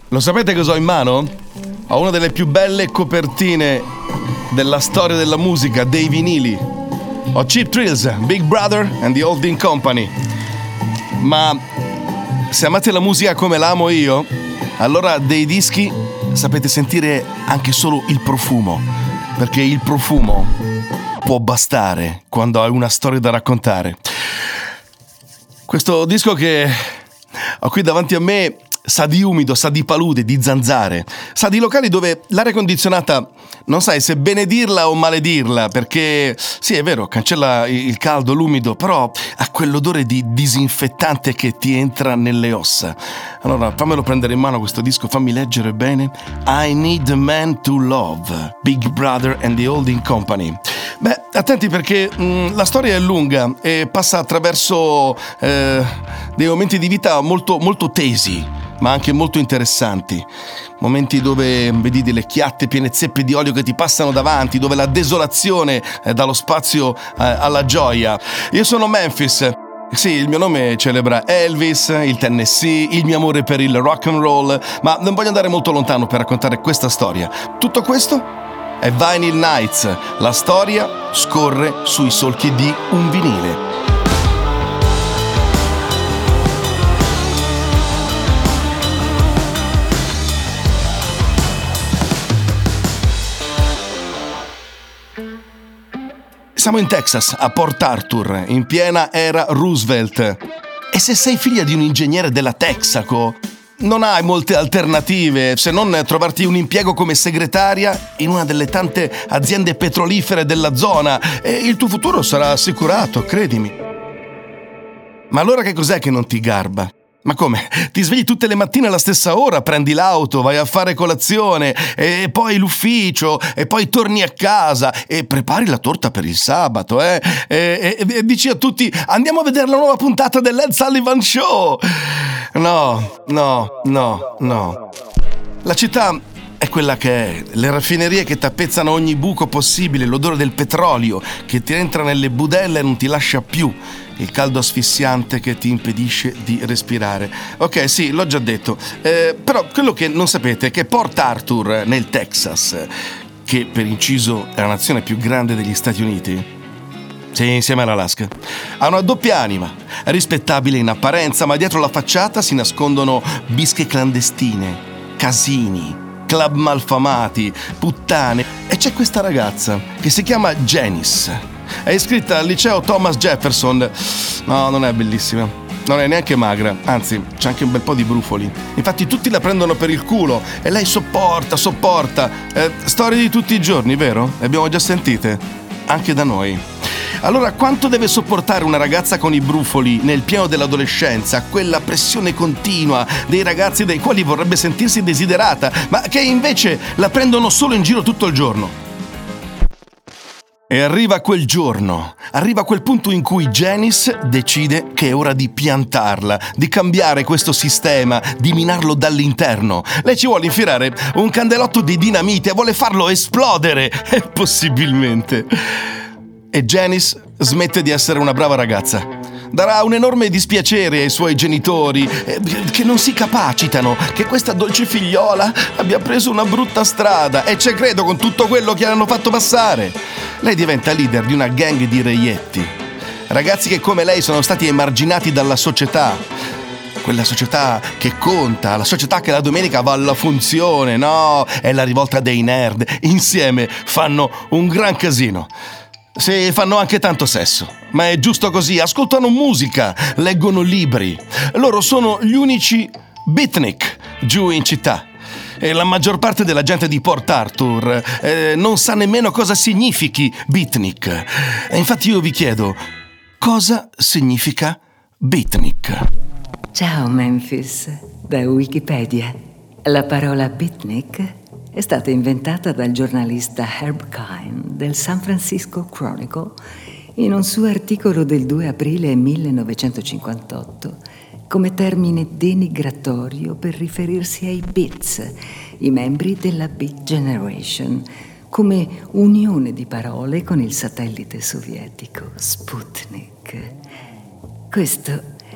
Lo sapete cosa ho in mano? Ho una delle più belle copertine della storia della musica, dei vinili. Ho Cheap Thrills, Big Brother and the Holding Company. Ma se amate la musica come la amo io, allora dei dischi sapete sentire anche solo il profumo, perché il profumo può bastare quando hai una storia da raccontare. Questo disco che ho qui davanti a me sa di umido, sa di palude, di zanzare, sa di locali dove l'aria condizionata non sai se benedirla o maledirla, perché sì, è vero, cancella il caldo, l'umido, però ha quell'odore di disinfettante che ti entra nelle ossa. Allora fammelo prendere in mano questo disco, fammi leggere bene. I Need a Man to Love, Big Brother and the Holding Company. Beh, attenti perché la storia è lunga e passa attraverso dei momenti di vita molto, molto tesi, ma anche molto interessanti. Momenti dove vedi delle chiatte piene zeppe di olio che ti passano davanti, dove la desolazione dà lo spazio alla gioia. Io sono Memphis. Sì, il mio nome celebra Elvis, il Tennessee, il mio amore per il rock and roll, ma non voglio andare molto lontano per raccontare questa storia. Tutto questo è Vinyl Nights. La storia scorre sui solchi di un vinile. Siamo in Texas, a Port Arthur, in piena era Roosevelt. E se sei figlia di un ingegnere della Texaco, non hai molte alternative se non trovarti un impiego come segretaria in una delle tante aziende petrolifere della zona e il tuo futuro sarà assicurato, credimi. Ma allora che cos'è che non ti garba? Ma come? Ti svegli tutte le mattine alla stessa ora, prendi l'auto, vai a fare colazione e poi l'ufficio e poi torni a casa e prepari la torta per il sabato, e dici a tutti andiamo a vedere la nuova puntata dell'Ed Sullivan Show. No. La città è quella che è, le raffinerie che tappezzano ogni buco possibile, l'odore del petrolio che ti entra nelle budelle e non ti lascia più, il caldo asfissiante che ti impedisce di respirare. Ok, sì, l'ho già detto, però quello che non sapete è che Port Arthur, nel Texas, che per inciso è la nazione più grande degli Stati Uniti, sì, insieme all'Alaska, ha una doppia anima, rispettabile in apparenza, ma dietro la facciata si nascondono bische clandestine, casini, club malfamati, puttane. E c'è questa ragazza che si chiama Janice. È iscritta al liceo Thomas Jefferson. No, non è bellissima. Non è neanche magra, anzi, c'è anche un bel po' di brufoli. Infatti tutti la prendono per il culo e lei sopporta. Storie di tutti i giorni, vero? Le abbiamo già sentite, anche da noi. Allora, quanto deve sopportare una ragazza con i brufoli nel pieno dell'adolescenza, quella pressione continua dei ragazzi dai quali vorrebbe sentirsi desiderata, ma che invece la prendono solo in giro tutto il giorno? E arriva quel giorno, arriva quel punto in cui Janice decide che è ora di piantarla, di cambiare questo sistema, di minarlo dall'interno. Lei ci vuole infilare un candelotto di dinamite e vuole farlo esplodere, possibilmente. E Janice smette di essere una brava ragazza. Darà un enorme dispiacere ai suoi genitori, che non si capacitano che questa dolce figliola abbia preso una brutta strada, e ci credo con tutto quello che hanno fatto passare. Lei diventa leader di una gang di reietti, ragazzi che come lei sono stati emarginati dalla società, quella società che conta, la società che la domenica va alla funzione, no? È la rivolta dei nerd, insieme fanno un gran casino. Sì, fanno anche tanto sesso, ma è giusto così, ascoltano musica, leggono libri. Loro sono gli unici beatnik giù in città. E la maggior parte della gente di Port Arthur non sa nemmeno cosa significhi beatnik. E infatti io vi chiedo, cosa significa beatnik? Ciao Memphis, da Wikipedia. La parola beatnik è stata inventata dal giornalista Herb Caen del San Francisco Chronicle in un suo articolo del 2 aprile 1958 come termine denigratorio per riferirsi ai Beats, i membri della Beat Generation, come unione di parole con il satellite sovietico Sputnik. Questo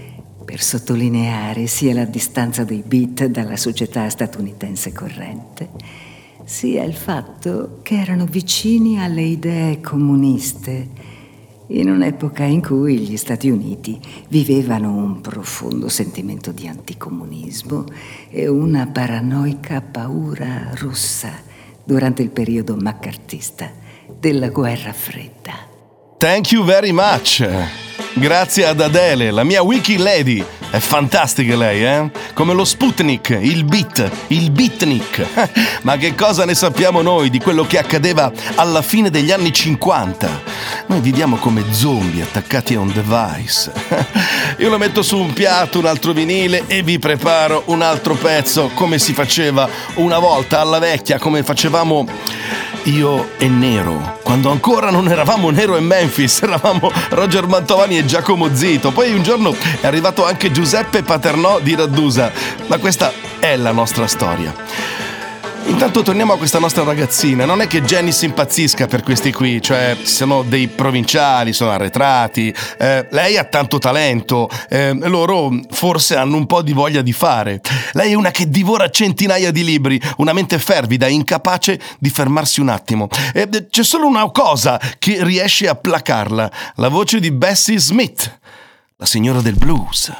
per sottolineare sia la distanza dei beat dalla società statunitense corrente, sia il fatto che erano vicini alle idee comuniste, in un'epoca in cui gli Stati Uniti vivevano un profondo sentimento di anticomunismo e una paranoica paura russa durante il periodo maccartista della guerra fredda. Thank you very much. Grazie ad Adele, la mia wiki lady. È fantastica lei, eh? Come lo Sputnik, il beatnik. Ma che cosa ne sappiamo noi di quello che accadeva alla fine degli anni 50? Noi viviamo come zombie attaccati a un device. Io lo metto su un piatto, un altro vinile e vi preparo un altro pezzo, come si faceva una volta alla vecchia, come facevamo io e Nero, quando ancora non eravamo Nero e Memphis, eravamo Roger Mantovani e Giacomo Zito. Poi un giorno è arrivato anche Giuseppe Paternò di Raddusa, ma questa è la nostra storia. Intanto torniamo a questa nostra ragazzina. Non è che Jenny si impazzisca per questi qui, cioè sono dei provinciali, sono arretrati, lei ha tanto talento, loro forse hanno un po' di voglia di fare. Lei è una che divora centinaia di libri, una mente fervida, incapace di fermarsi un attimo. C'è solo una cosa che riesce a placarla: la voce di Bessie Smith, la signora del blues.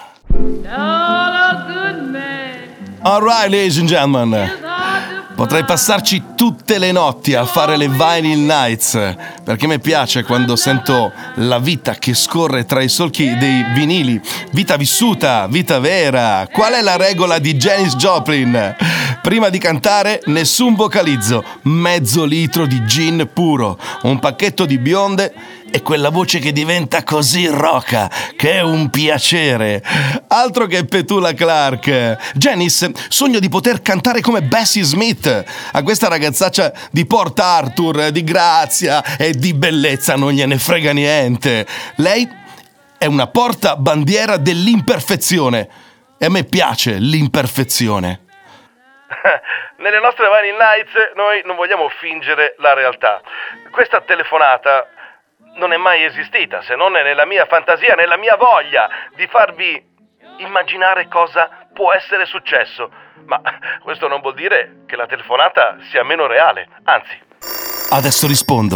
All right, ladies and gentlemen. Potrei passarci tutte le notti a fare le Vinyl Nights, perché mi piace quando sento la vita che scorre tra i solchi dei vinili. Vita vissuta, vita vera. Qual è la regola di Janis Joplin? Prima di cantare, nessun vocalizzo, mezzo litro di gin puro, un pacchetto di bionde e quella voce che diventa così roca che è un piacere. Altro che Petula Clark. Janis, sogno di poter cantare come Bessie Smith. A questa ragazzaccia di Port Arthur, di grazia e di bellezza non gliene frega niente. Lei è una portabandiera dell'imperfezione e a me piace l'imperfezione. Nelle nostre Vinyl Nights noi non vogliamo fingere la realtà. Questa telefonata non è mai esistita, se non nella mia fantasia, nella mia voglia di farvi immaginare cosa può essere successo. Ma questo non vuol dire che la telefonata sia meno reale, anzi. Adesso rispondo.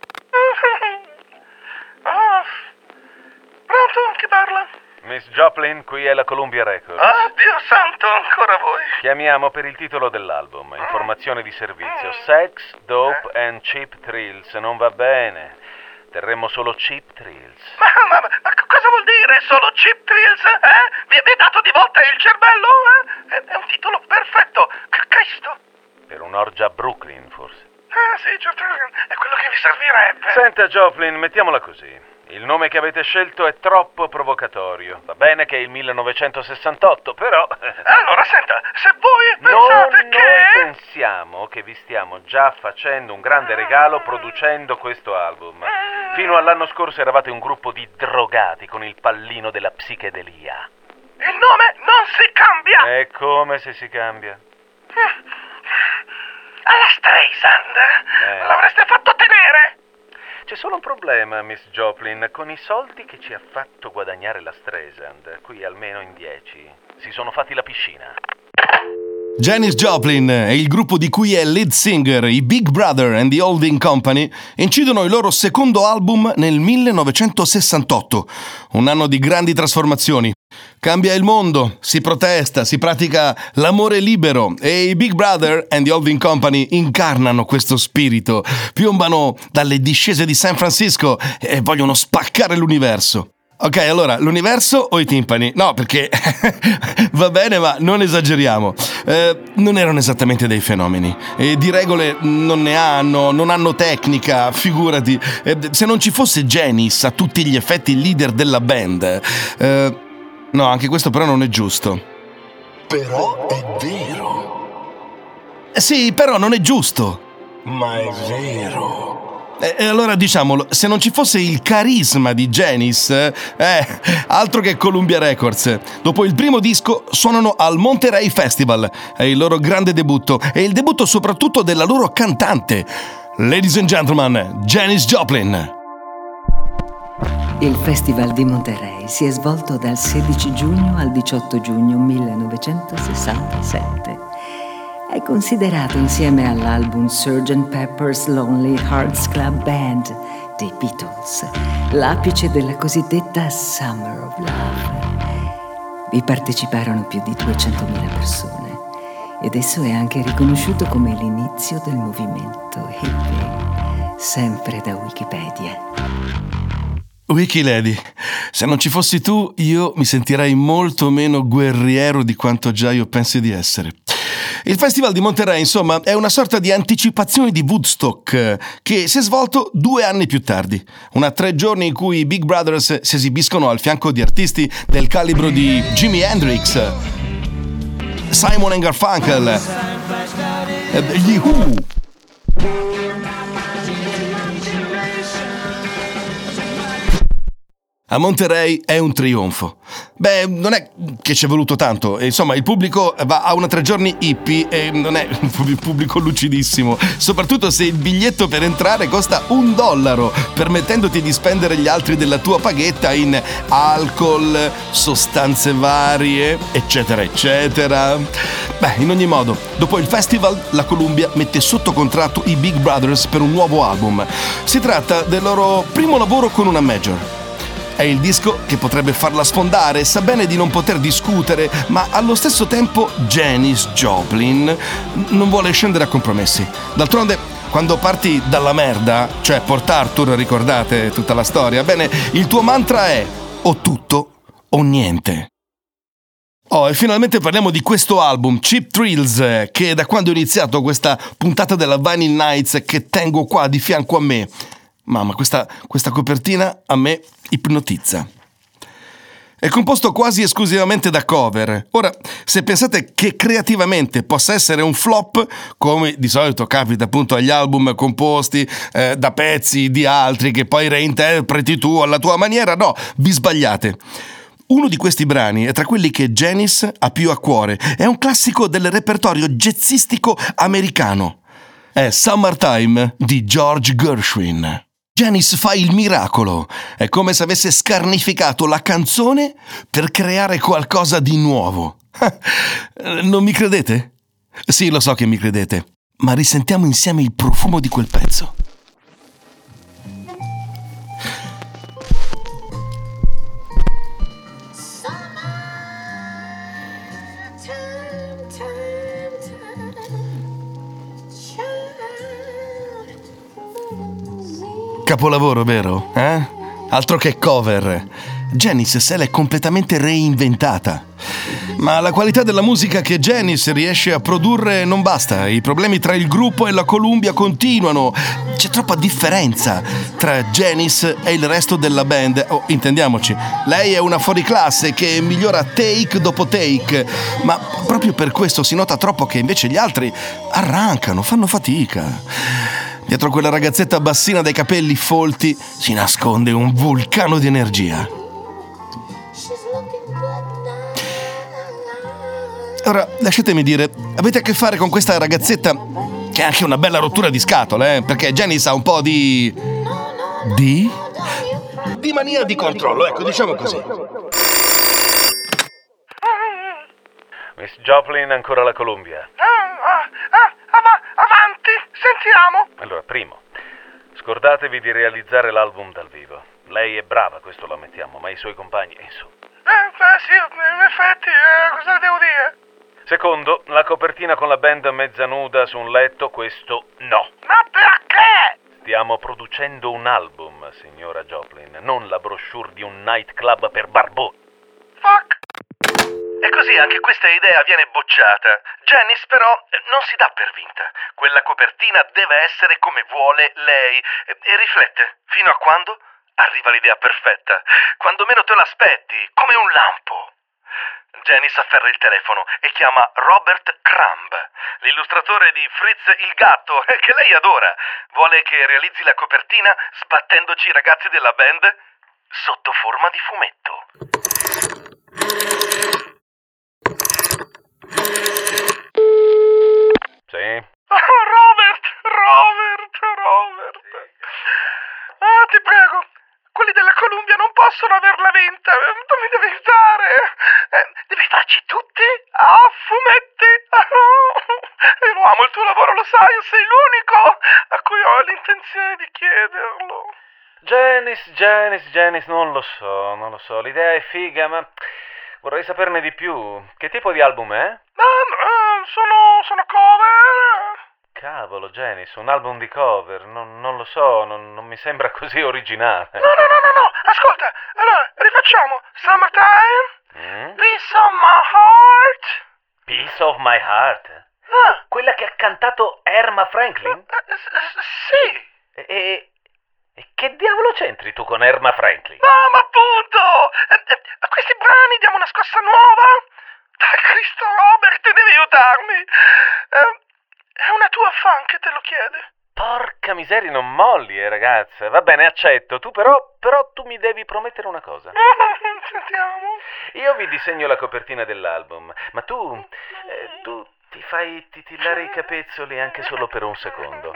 Pronto? Chi parla? Miss Joplin, qui è la Columbia Records. Ah, Dio santo, ancora voi. Chiamiamo per il titolo dell'album, informazione di servizio. Sex, dope and cheap thrills. Non va bene. Terremo solo cheap thrills. Ma cosa vuol dire solo cheap thrills? Vi è dato di volta il cervello? È un titolo perfetto. Cristo. Per un'orgia a Brooklyn, forse. Ah, sì, certo, è quello che vi servirebbe. Senta, Joplin, mettiamola così. Il nome che avete scelto è troppo provocatorio. Va bene che è il 1968, però... Allora, senta, se voi pensate Noi pensiamo che vi stiamo già facendo un grande regalo producendo questo album. Fino all'anno scorso eravate un gruppo di drogati con il pallino della psichedelia. Il nome non si cambia! È come se si cambia? Alla Streisand l'avreste fatto tenere! C'è solo un problema, Miss Joplin, con i soldi che ci ha fatto guadagnare la Streisand. Qui almeno in 10 si sono fatti la piscina. Janis Joplin e il gruppo di cui è lead singer, i Big Brother and the Holding Company, incidono il loro secondo album nel 1968, un anno di grandi trasformazioni. Cambia il mondo, si protesta, si pratica l'amore libero e i Big Brother and the Holding Company incarnano questo spirito, piombano dalle discese di San Francisco e vogliono spaccare l'universo. Ok, allora, l'universo o i timpani? No, perché va bene, ma non esageriamo. Non erano esattamente dei fenomeni. Di regole non ne hanno, non hanno tecnica, figurati. Se non ci fosse Janis, a tutti gli effetti il leader della band. No, anche questo però non è giusto. Però è vero. Sì, però non è giusto. Ma è vero. E allora diciamolo, se non ci fosse il carisma di Janis, altro che Columbia Records. Dopo il primo disco suonano al Monterey Festival, è il loro grande debutto e il debutto soprattutto della loro cantante. Ladies and gentlemen, Janis Joplin. Il Festival di Monterey si è svolto dal 16 giugno al 18 giugno 1967. È considerato, insieme all'album Sgt. Pepper's Lonely Hearts Club Band dei Beatles, l'apice della cosiddetta Summer of Love. Vi parteciparono più di 200.000 persone ed esso è anche riconosciuto come l'inizio del movimento hippie, sempre da Wikipedia. Wikilady, se non ci fossi tu, io mi sentirei molto meno guerriero di quanto già io pensi di essere. Il Festival di Monterey, insomma, è una sorta di anticipazione di Woodstock che si è svolto 2 anni più tardi. 3 giorni in cui i Big Brothers si esibiscono al fianco di artisti del calibro di Jimi Hendrix, Simon & Garfunkel, gli Who. A Monterey è un trionfo. Beh, non è che ci è voluto tanto. Insomma, il pubblico va a 3 giorni hippie e non è un pubblico lucidissimo. Soprattutto se il biglietto per entrare costa $1, permettendoti di spendere gli altri della tua paghetta in alcol, sostanze varie, eccetera, eccetera. Beh, in ogni modo, dopo il festival, la Columbia mette sotto contratto i Big Brothers per un nuovo album. Si tratta del loro primo lavoro con una major. È il disco che potrebbe farla sfondare, sa bene di non poter discutere, ma allo stesso tempo Janis Joplin non vuole scendere a compromessi. D'altronde, quando parti dalla merda, cioè Port Arthur, ricordate tutta la storia, bene, il tuo mantra è o tutto o niente. Oh, e finalmente parliamo di questo album, Cheap Thrills, che da quando ho iniziato questa puntata della Vinyl Nights che tengo qua di fianco a me, mamma, questa copertina a me ipnotizza. È composto quasi esclusivamente da cover. Ora, se pensate che creativamente possa essere un flop, come di solito capita appunto agli album composti da pezzi di altri che poi reinterpreti tu alla tua maniera, no, vi sbagliate. Uno di questi brani è tra quelli che Janis ha più a cuore. È un classico del repertorio jazzistico americano. È Summertime di George Gershwin. Janis fa il miracolo. È come se avesse scarnificato la canzone per creare qualcosa di nuovo. Non mi credete? Sì, lo so che mi credete, ma risentiamo insieme il profumo di quel pezzo. Capolavoro, vero? Altro che cover. Janis se l'è completamente reinventata. Ma la qualità della musica che Janis riesce a produrre non basta. I problemi tra il gruppo e la Columbia continuano. C'è troppa differenza tra Janis e il resto della band. Oh, intendiamoci, lei è una fuoriclasse che migliora take dopo take, ma proprio per questo si nota troppo che invece gli altri arrancano, fanno fatica. Dietro quella ragazzetta bassina dai capelli folti si nasconde un vulcano di energia. Ora, lasciatemi dire, avete a che fare con questa ragazzetta che ha anche una bella rottura di scatole, perché Janis ha un po' di mania di controllo, ecco, diciamo così. Miss Joplin, ancora la Columbia. Avanti, sentiamo. Allora, primo, scordatevi di realizzare l'album dal vivo. Lei è brava, questo lo ammettiamo, ma i suoi compagni, su. Sì, in effetti, cosa devo dire? Secondo, la copertina con la band mezza nuda su un letto, questo no. Ma perché? Stiamo producendo un album, signora Joplin, non la brochure di un nightclub per barboni. Fuck. E così anche questa idea viene bocciata. Janis però non si dà per vinta. Quella copertina deve essere come vuole lei. E riflette, fino a quando arriva l'idea perfetta. Quando meno te l'aspetti, come un lampo. Janis afferra il telefono e chiama Robert Crumb, l'illustratore di Fritz il gatto, che lei adora. Vuole che realizzi la copertina sbattendoci i ragazzi della band sotto forma di fumetto. Sì? Robert. Ti prego, quelli della Columbia non possono averla vinta. fumetti. Io lo amo il tuo lavoro, lo sai, sei l'unico a cui ho l'intenzione di chiederlo. Janice, non lo so, l'idea è figa, ma vorrei saperne di più. Che tipo di album è? Sono cover. Cavolo, Janice, un album di cover, non lo so, non mi sembra così originale. No, ascolta, allora, rifacciamo. Summertime, Piece of My Heart. Piece of My Heart? Quella che ha cantato Erma Franklin? Sì. E che diavolo c'entri tu con Erma Franklin? No, ma appunto, a questi brani diamo una scossa nuova. Dai, Cristo Robert, devi aiutarmi. È una tua fan che te lo chiede. Porca miseria, non molli, ragazza. Va bene, accetto. Tu però tu mi devi promettere una cosa. Sentiamo. Io vi disegno la copertina dell'album, ma tu ti fai titillare i capezzoli anche solo per un secondo.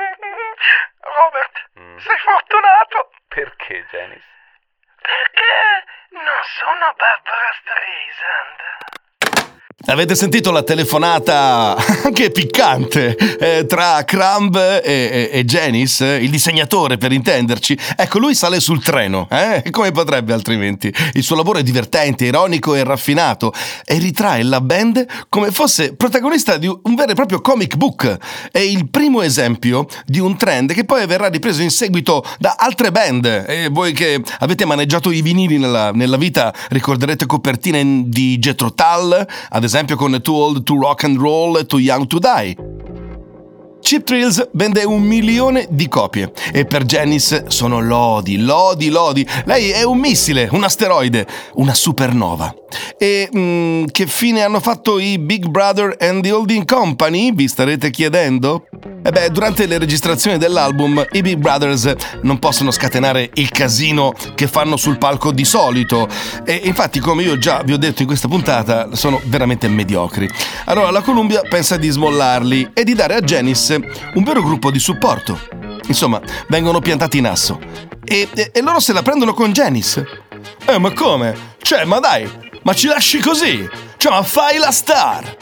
Robert, sei fortunato. Perché, Janice? Perché non sono Barbara Streisand. Avete sentito la telefonata anche piccante tra Crumb e Janice, il disegnatore per intenderci? Ecco, lui sale sul treno, come potrebbe altrimenti? Il suo lavoro è divertente, ironico e raffinato e ritrae la band come fosse protagonista di un vero e proprio comic book. È il primo esempio di un trend che poi verrà ripreso in seguito da altre band. E voi che avete maneggiato i vinili nella vita ricorderete copertine di Jethro Tull, ad esempio con Too Old to Rock and Roll, Too Young to Die. Cheap Thrills vende 1 milione di copie e per Janice sono lodi. Lei è un missile, un asteroide, una supernova. E che fine hanno fatto i Big Brother and the Holding Company? Vi starete chiedendo? Durante le registrazioni dell'album i Big Brothers non possono scatenare il casino che fanno sul palco di solito e infatti, come io già vi ho detto in questa puntata, sono veramente mediocri. Allora la Columbia pensa di smollarli e di dare a Janice un vero gruppo di supporto. Insomma, vengono piantati in asso e loro se la prendono con Janice. Ma come? Cioè, ma dai, ma ci lasci così? Cioè, ma fai la star!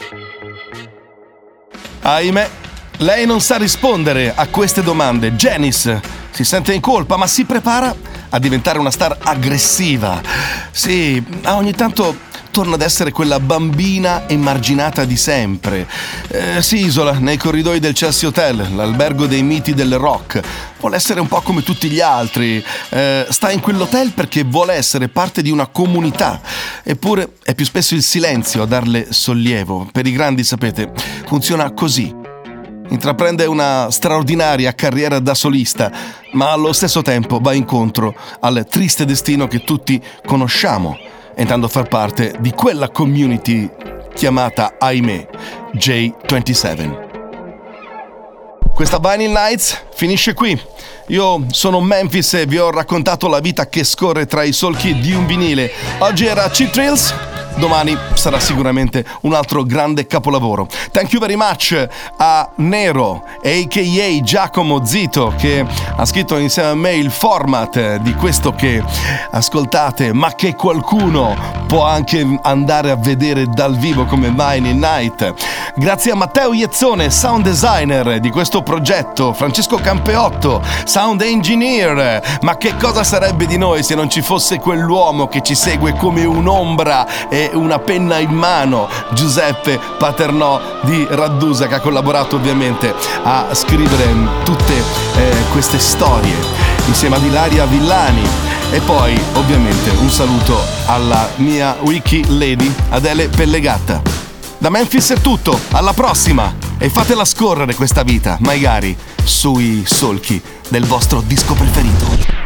Ahimè, lei non sa rispondere a queste domande. Janice si sente in colpa, ma si prepara a diventare una star aggressiva. Sì, ogni tanto torna ad essere quella bambina emarginata di sempre. Si isola nei corridoi del Chelsea Hotel, l'albergo dei miti del rock. Vuole essere un po' come tutti gli altri. Sta in quell'hotel perché vuole essere parte di una comunità. Eppure è più spesso il silenzio a darle sollievo. Per i grandi, sapete, funziona così. Intraprende una straordinaria carriera da solista, ma allo stesso tempo va incontro al triste destino che tutti conosciamo, entrando a far parte di quella community chiamata, ahimè, J27. Questa Vinyl Nights finisce qui. Io sono Memphis e vi ho raccontato la vita che scorre tra i solchi di un vinile. Oggi era Cheap Thrills, domani sarà sicuramente un altro grande capolavoro. Thank you very much a Nero, a.k.a. Giacomo Zito, che ha scritto insieme a me il format di questo che ascoltate, ma che qualcuno può anche andare a vedere dal vivo come Vinyl Night. Grazie a Matteo Iezzone, sound designer di questo progetto, Francesco Campeotto, sound engineer. Ma che cosa sarebbe di noi se non ci fosse quell'uomo che ci segue come un'ombra e una penna in mano, Giuseppe Paternò di Raddusa, che ha collaborato ovviamente a scrivere tutte queste storie insieme ad Ilaria Villani. E poi ovviamente un saluto alla mia wiki lady Adele Pellegatta. Da Memphis è tutto, alla prossima e fatela scorrere questa vita, magari sui solchi del vostro disco preferito.